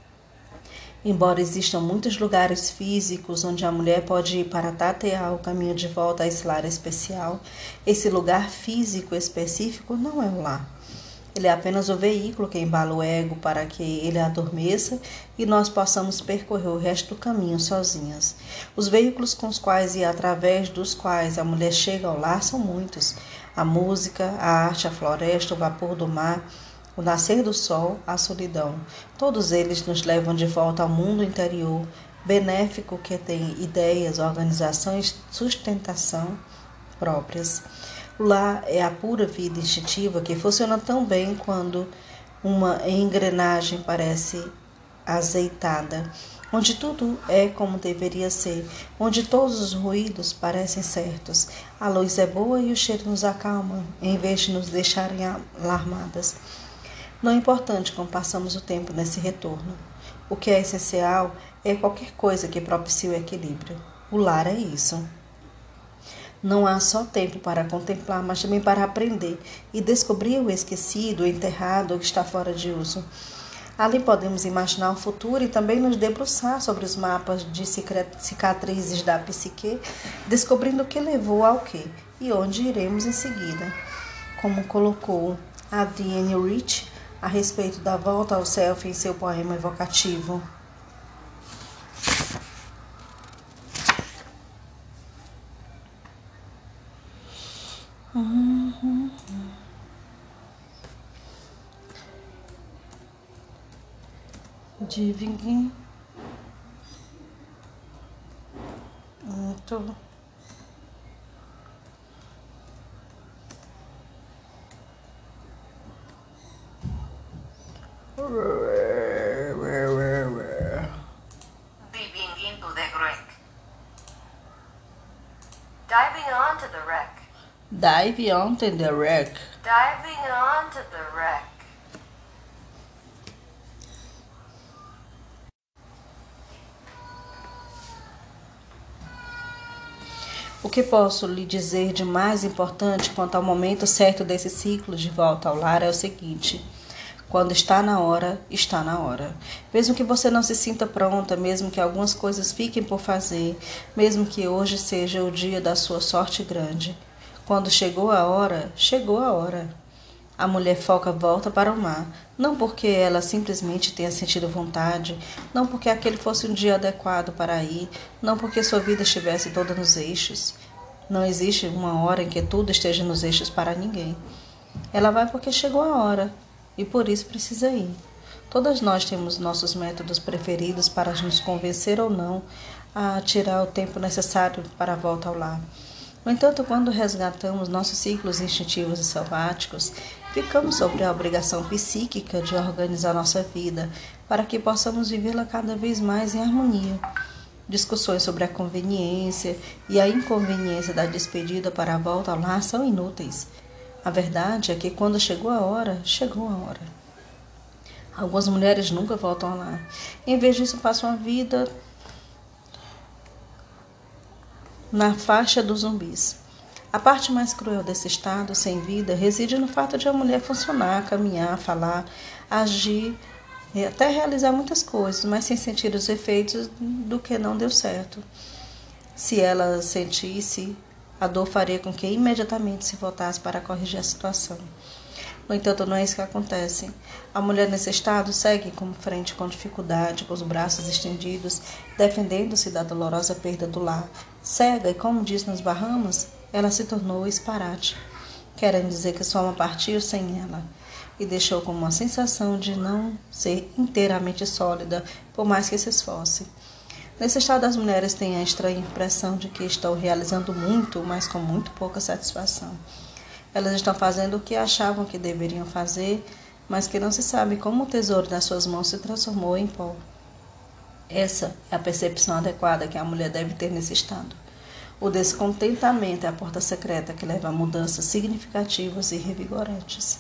Embora existam muitos lugares físicos onde a mulher pode ir para tatear o caminho de volta a esse lar especial, esse lugar físico específico não é o lar. Ele é apenas o veículo que embala o ego para que ele adormeça e nós possamos percorrer o resto do caminho sozinhas. Os veículos com os quais e através dos quais a mulher chega ao lar são muitos. A música, a arte, a floresta, o vapor do mar, o nascer do sol, a solidão. Todos eles nos levam de volta ao mundo interior, benéfico que tem ideias, organizações, sustentação próprias. O lar é a pura vida instintiva que funciona tão bem quando uma engrenagem parece azeitada, onde tudo é como deveria ser, onde todos os ruídos parecem certos. A luz é boa e o cheiro nos acalma, em vez de nos deixarem alarmadas. Não é importante como passamos o tempo nesse retorno. O que é essencial é qualquer coisa que propicie o equilíbrio. O lar é isso. Não há só tempo para contemplar, mas também para aprender e descobrir o esquecido, o enterrado ou que está fora de uso. Ali podemos imaginar o futuro e também nos debruçar sobre os mapas de cicatrizes da psique, descobrindo o que levou ao que e onde iremos em seguida. Como colocou a Diane Rich a respeito da volta ao self em seu poema evocativo. Uhum. Diving muito Diving into the wreck. Diving onto the wreck. Dive onto the wreck. Diving onto the wreck. O que posso lhe dizer de mais importante quanto ao momento certo desse ciclo de volta ao lar é o seguinte: quando está na hora, está na hora. Mesmo que você não se sinta pronta, mesmo que algumas coisas fiquem por fazer, mesmo que hoje seja o dia da sua sorte grande, quando chegou a hora, chegou a hora. A mulher foca volta para o mar, não porque ela simplesmente tenha sentido vontade, não porque aquele fosse um dia adequado para ir, não porque sua vida estivesse toda nos eixos. Não existe uma hora em que tudo esteja nos eixos para ninguém. Ela vai porque chegou a hora e por isso precisa ir. Todas nós temos nossos métodos preferidos para nos convencer ou não a tirar o tempo necessário para a volta ao lar. No entanto, quando resgatamos nossos ciclos instintivos e selváticos, ficamos sobre a obrigação psíquica de organizar nossa vida para que possamos vivê-la cada vez mais em harmonia. Discussões sobre a conveniência e a inconveniência da despedida para a volta ao lar são inúteis. A verdade é que quando chegou a hora, chegou a hora. Algumas mulheres nunca voltam lá. Em vez disso, passam a vida na faixa dos zumbis. A parte mais cruel desse estado sem vida reside no fato de a mulher funcionar, caminhar, falar, agir e até realizar muitas coisas, mas sem sentir os efeitos do que não deu certo. Se ela sentisse, a dor faria com que imediatamente se voltasse para corrigir a situação. No entanto, não é isso que acontece. A mulher nesse estado segue como frente com dificuldade, com os braços estendidos, defendendo-se da dolorosa perda do lar. Cega e, como diz nas Bahamas, ela se tornou esparate, querendo dizer que sua alma partiu sem ela, e deixou como uma sensação de não ser inteiramente sólida, por mais que se esforce. Nesse estado, as mulheres têm a estranha impressão de que estão realizando muito, mas com muito pouca satisfação. Elas estão fazendo o que achavam que deveriam fazer, mas que não se sabe como o tesouro das suas mãos se transformou em pó. Essa é a percepção adequada que a mulher deve ter nesse estado. O descontentamento é a porta secreta que leva a mudanças significativas e revigorantes.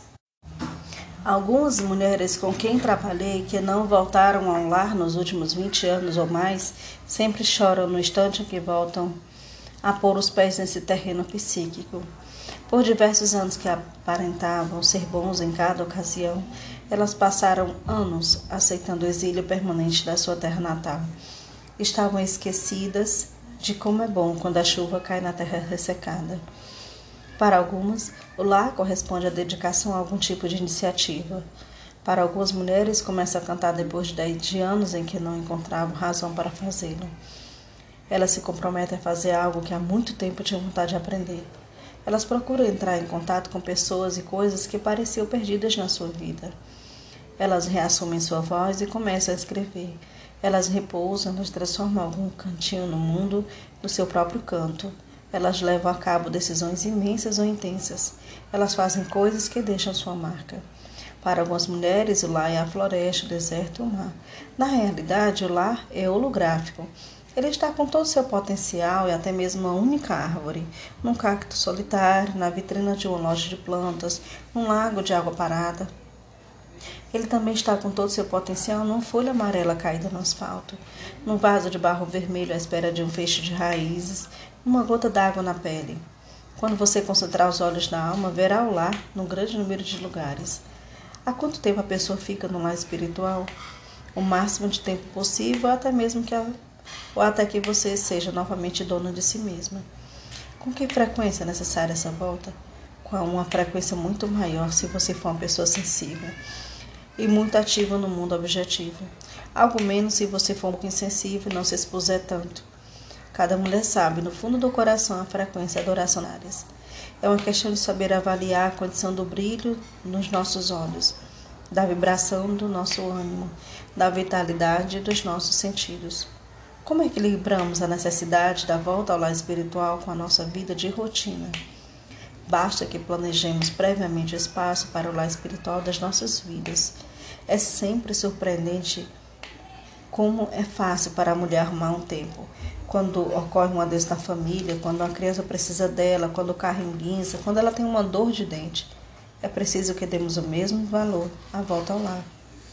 Algumas mulheres com quem trabalhei que não voltaram ao lar nos últimos vinte anos ou mais, sempre choram no instante em que voltam a pôr os pés nesse terreno psíquico. Por diversos anos que aparentavam ser bons em cada ocasião, elas passaram anos aceitando o exílio permanente da sua terra natal. Estavam esquecidas de como é bom quando a chuva cai na terra ressecada. Para algumas, o lar corresponde à dedicação a algum tipo de iniciativa. Para algumas mulheres, começa a cantar depois de dez anos em que não encontravam razão para fazê-lo. Elas se comprometem a fazer algo que há muito tempo tinham vontade de aprender. Elas procuram entrar em contato com pessoas e coisas que pareciam perdidas na sua vida. Elas reassumem sua voz e começam a escrever. Elas repousam, elas transformam algum cantinho no mundo no seu próprio canto. Elas levam a cabo decisões imensas ou intensas. Elas fazem coisas que deixam sua marca. Para algumas mulheres, o lar é a floresta, o deserto e o mar. Na realidade, o lar é holográfico. Ele está com todo o seu potencial e até mesmo uma única árvore, num cacto solitário, na vitrina de uma loja de plantas, num lago de água parada. Ele também está com todo o seu potencial numa folha amarela caída no asfalto, num vaso de barro vermelho à espera de um feixe de raízes, uma gota d'água na pele. Quando você concentrar os olhos na alma, verá o lar num grande número de lugares. Há quanto tempo a pessoa fica no lar espiritual? O máximo de tempo possível, até mesmo que a, ou até que você seja novamente dona de si mesma. Com que frequência é necessária essa volta? Com uma frequência muito maior se você for uma pessoa sensível e muito ativa no mundo objetivo. Algo menos se você for um pouco insensível e não se expuser tanto. Cada mulher sabe, no fundo do coração, a frequência das oracionárias. É uma questão de saber avaliar a condição do brilho nos nossos olhos, da vibração do nosso ânimo, da vitalidade dos nossos sentidos. Como equilibramos a necessidade da volta ao lar espiritual com a nossa vida de rotina? Basta que planejemos previamente o espaço para o lar espiritual das nossas vidas. É sempre surpreendente como é fácil para a mulher arrumar um tempo. Quando ocorre um adeus na família, quando uma criança precisa dela, quando o carro enguiça, quando ela tem uma dor de dente. É preciso que demos o mesmo valor à volta ao lar.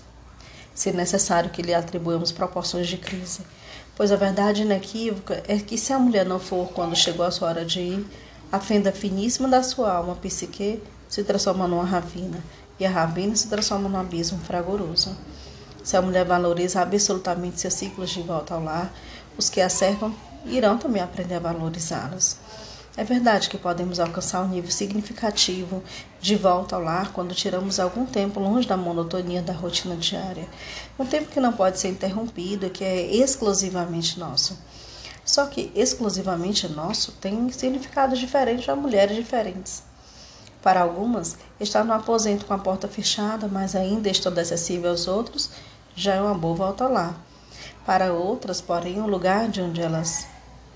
Se necessário que lhe atribuamos proporções de crise. Pois a verdade inequívoca é que se a mulher não for quando chegou a sua hora de ir, a fenda finíssima da sua alma psique se transforma numa ravina, e a ravina se transforma num abismo fragoroso. Se a mulher valoriza absolutamente seus ciclos de volta ao lar, os que a cercam irão também aprender a valorizá-los. É verdade que podemos alcançar um nível significativo de volta ao lar quando tiramos algum tempo longe da monotonia da rotina diária, um tempo que não pode ser interrompido e que é exclusivamente nosso. Só que exclusivamente nosso tem significados diferentes para mulheres diferentes. Para algumas, estar no aposento com a porta fechada, mas ainda estando acessível aos outros, já é uma boa volta ao lar. Para outras, porém, um lugar de onde elas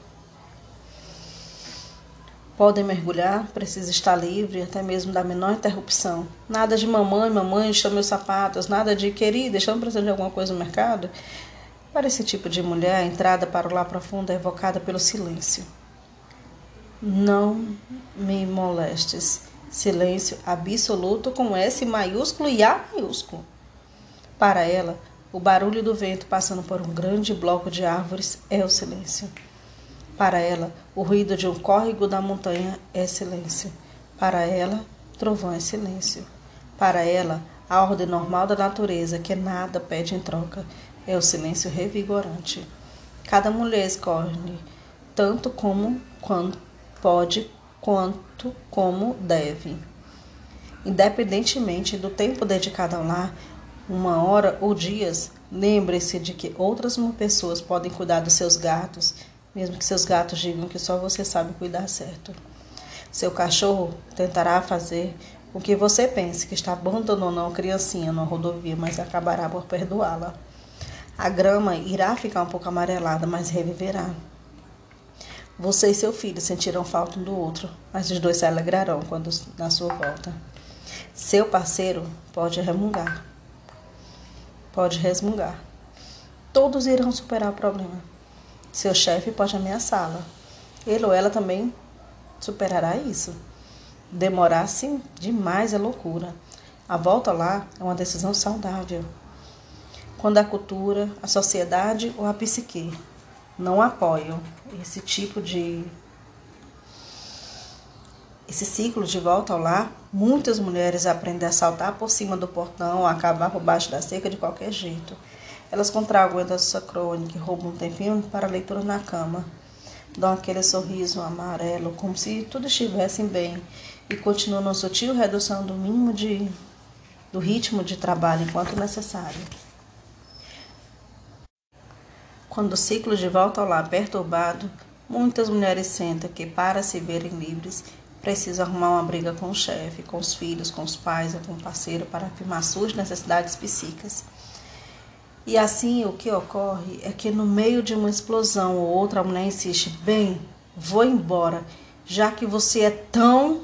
podem mergulhar, precisa estar livre, até mesmo da menor interrupção. Nada de mamãe, mamãe, estão meus sapatos, nada de querida, estão precisando de alguma coisa no mercado. Para esse tipo de mulher, a entrada para o lar profundo é evocada pelo silêncio. Não me molestes. Silêncio absoluto com S maiúsculo e A maiúsculo. Para ela, o barulho do vento passando por um grande bloco de árvores é o silêncio. Para ela, o ruído de um córrego da montanha é silêncio. Para ela, trovão é silêncio. Para ela, a ordem normal da natureza, que nada pede em troca, é o silêncio revigorante. Cada mulher escolhe tanto como quanto pode, quanto como deve. Independentemente do tempo dedicado ao lar, uma hora ou dias, lembre-se de que outras pessoas podem cuidar dos seus gatos, mesmo que seus gatos digam que só você sabe cuidar certo. Seu cachorro tentará fazer com que você pense que está abandonando uma criancinha numa rodovia, mas acabará por perdoá-la. A grama irá ficar um pouco amarelada, mas reviverá. Você e seu filho sentirão falta um do outro, mas os dois se alegrarão quando na sua volta. Seu parceiro pode remungar. Pode resmungar. Todos irão superar o problema. Seu chefe pode ameaçá-la. Ele ou ela também superará isso. Demorar-se demais é loucura. A volta lá é uma decisão saudável. Quando a cultura, a sociedade ou a psique não apoiam esse tipo de... esse ciclo de volta ao lar, muitas mulheres aprendem a saltar por cima do portão, a acabar por baixo da cerca de qualquer jeito. Elas contraem a doença crônica, roubam um tempinho para a leitura na cama, dão aquele sorriso amarelo, como se tudo estivesse bem, e continuam no sutil redução do mínimo de, do ritmo de trabalho enquanto necessário. Quando o ciclo de volta ao lar é perturbado, muitas mulheres sentem que, para se verem livres, precisam arrumar uma briga com o chefe, com os filhos, com os pais ou com o parceiro para afirmar suas necessidades psíquicas. E assim o que ocorre é que no meio de uma explosão ou outra a mulher insiste, bem, vou embora, já que você é tão...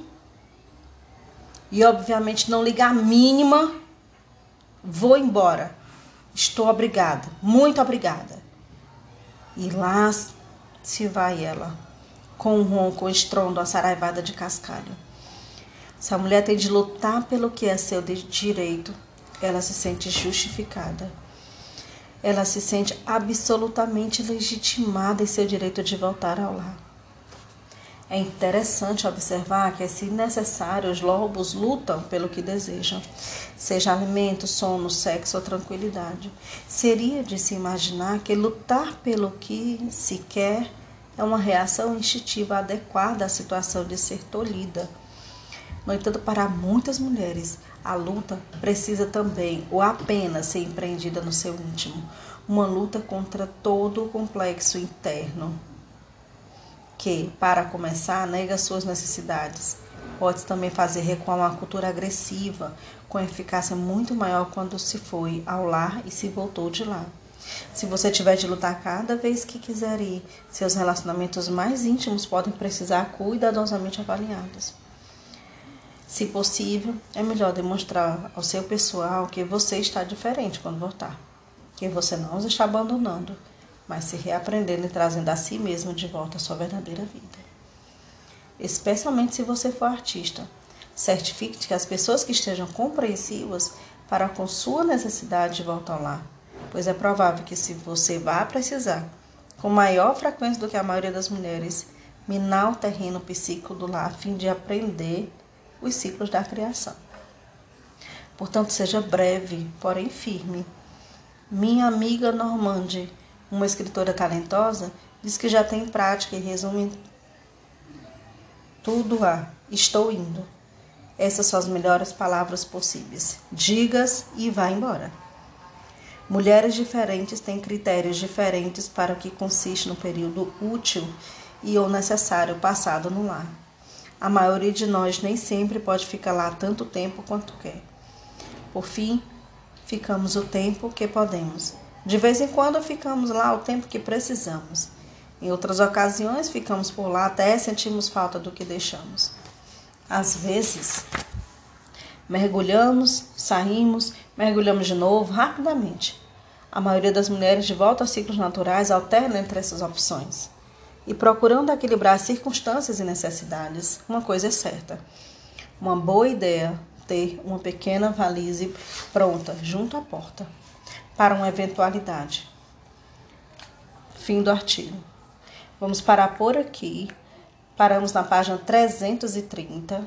e obviamente não liga a mínima, vou embora. Estou obrigada, muito obrigada. E lá se vai ela, com um ronco, um estrondo, a saraivada de cascalho. Se a mulher tem de lutar pelo que é seu de direito, ela se sente justificada. Ela se sente absolutamente legitimada em seu direito de voltar ao lar. É interessante observar que, se necessário, os lobos lutam pelo que desejam, seja alimento, sono, sexo ou tranquilidade. Seria de se imaginar que lutar pelo que se quer é uma reação instintiva adequada à situação de ser tolhida. No entanto, para muitas mulheres, a luta precisa também ou apenas ser empreendida no seu íntimo, uma luta contra todo o complexo interno, que, para começar, nega suas necessidades. Pode também fazer recuar uma cultura agressiva, com eficácia muito maior quando se foi ao lar e se voltou de lá. Se você tiver de lutar cada vez que quiser ir, seus relacionamentos mais íntimos podem precisar cuidadosamente avaliados. Se possível, é melhor demonstrar ao seu pessoal que você está diferente quando voltar, que você não os está abandonando, mas se reaprendendo e trazendo a si mesmo de volta a sua verdadeira vida. Especialmente se você for artista, certifique que as pessoas que estejam compreensivas para com sua necessidade de volta ao lar, pois é provável que se você vá precisar, com maior frequência do que a maioria das mulheres, minar o terreno psíquico do lar a fim de aprender os ciclos da criação. Portanto, seja breve, porém firme. Minha amiga Normande, uma escritora talentosa, diz que já tem prática e resume tudo a estou indo. Essas são as melhores palavras possíveis. Diga-as e vá embora. Mulheres diferentes têm critérios diferentes para o que consiste no período útil e ou necessário passado no lar. A maioria de nós nem sempre pode ficar lá tanto tempo quanto quer. Por fim, ficamos o tempo que podemos. De vez em quando ficamos lá o tempo que precisamos. Em outras ocasiões, ficamos por lá até sentimos falta do que deixamos. Às vezes, mergulhamos, saímos, mergulhamos de novo, rapidamente. A maioria das mulheres de volta aos ciclos naturais alterna entre essas opções. E procurando equilibrar circunstâncias e necessidades, uma coisa é certa. uma boa ideia ter uma pequena valise pronta junto à porta para uma eventualidade. Fim do artigo. Vamos parar por aqui. Paramos na página trezentos e trinta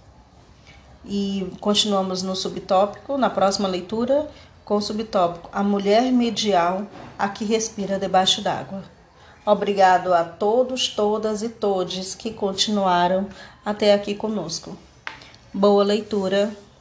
e continuamos no subtópico, na próxima leitura, com o subtópico A Mulher Medial, a que respira debaixo d'água. Obrigado a todos, todas e todes que continuaram até aqui conosco. Boa leitura.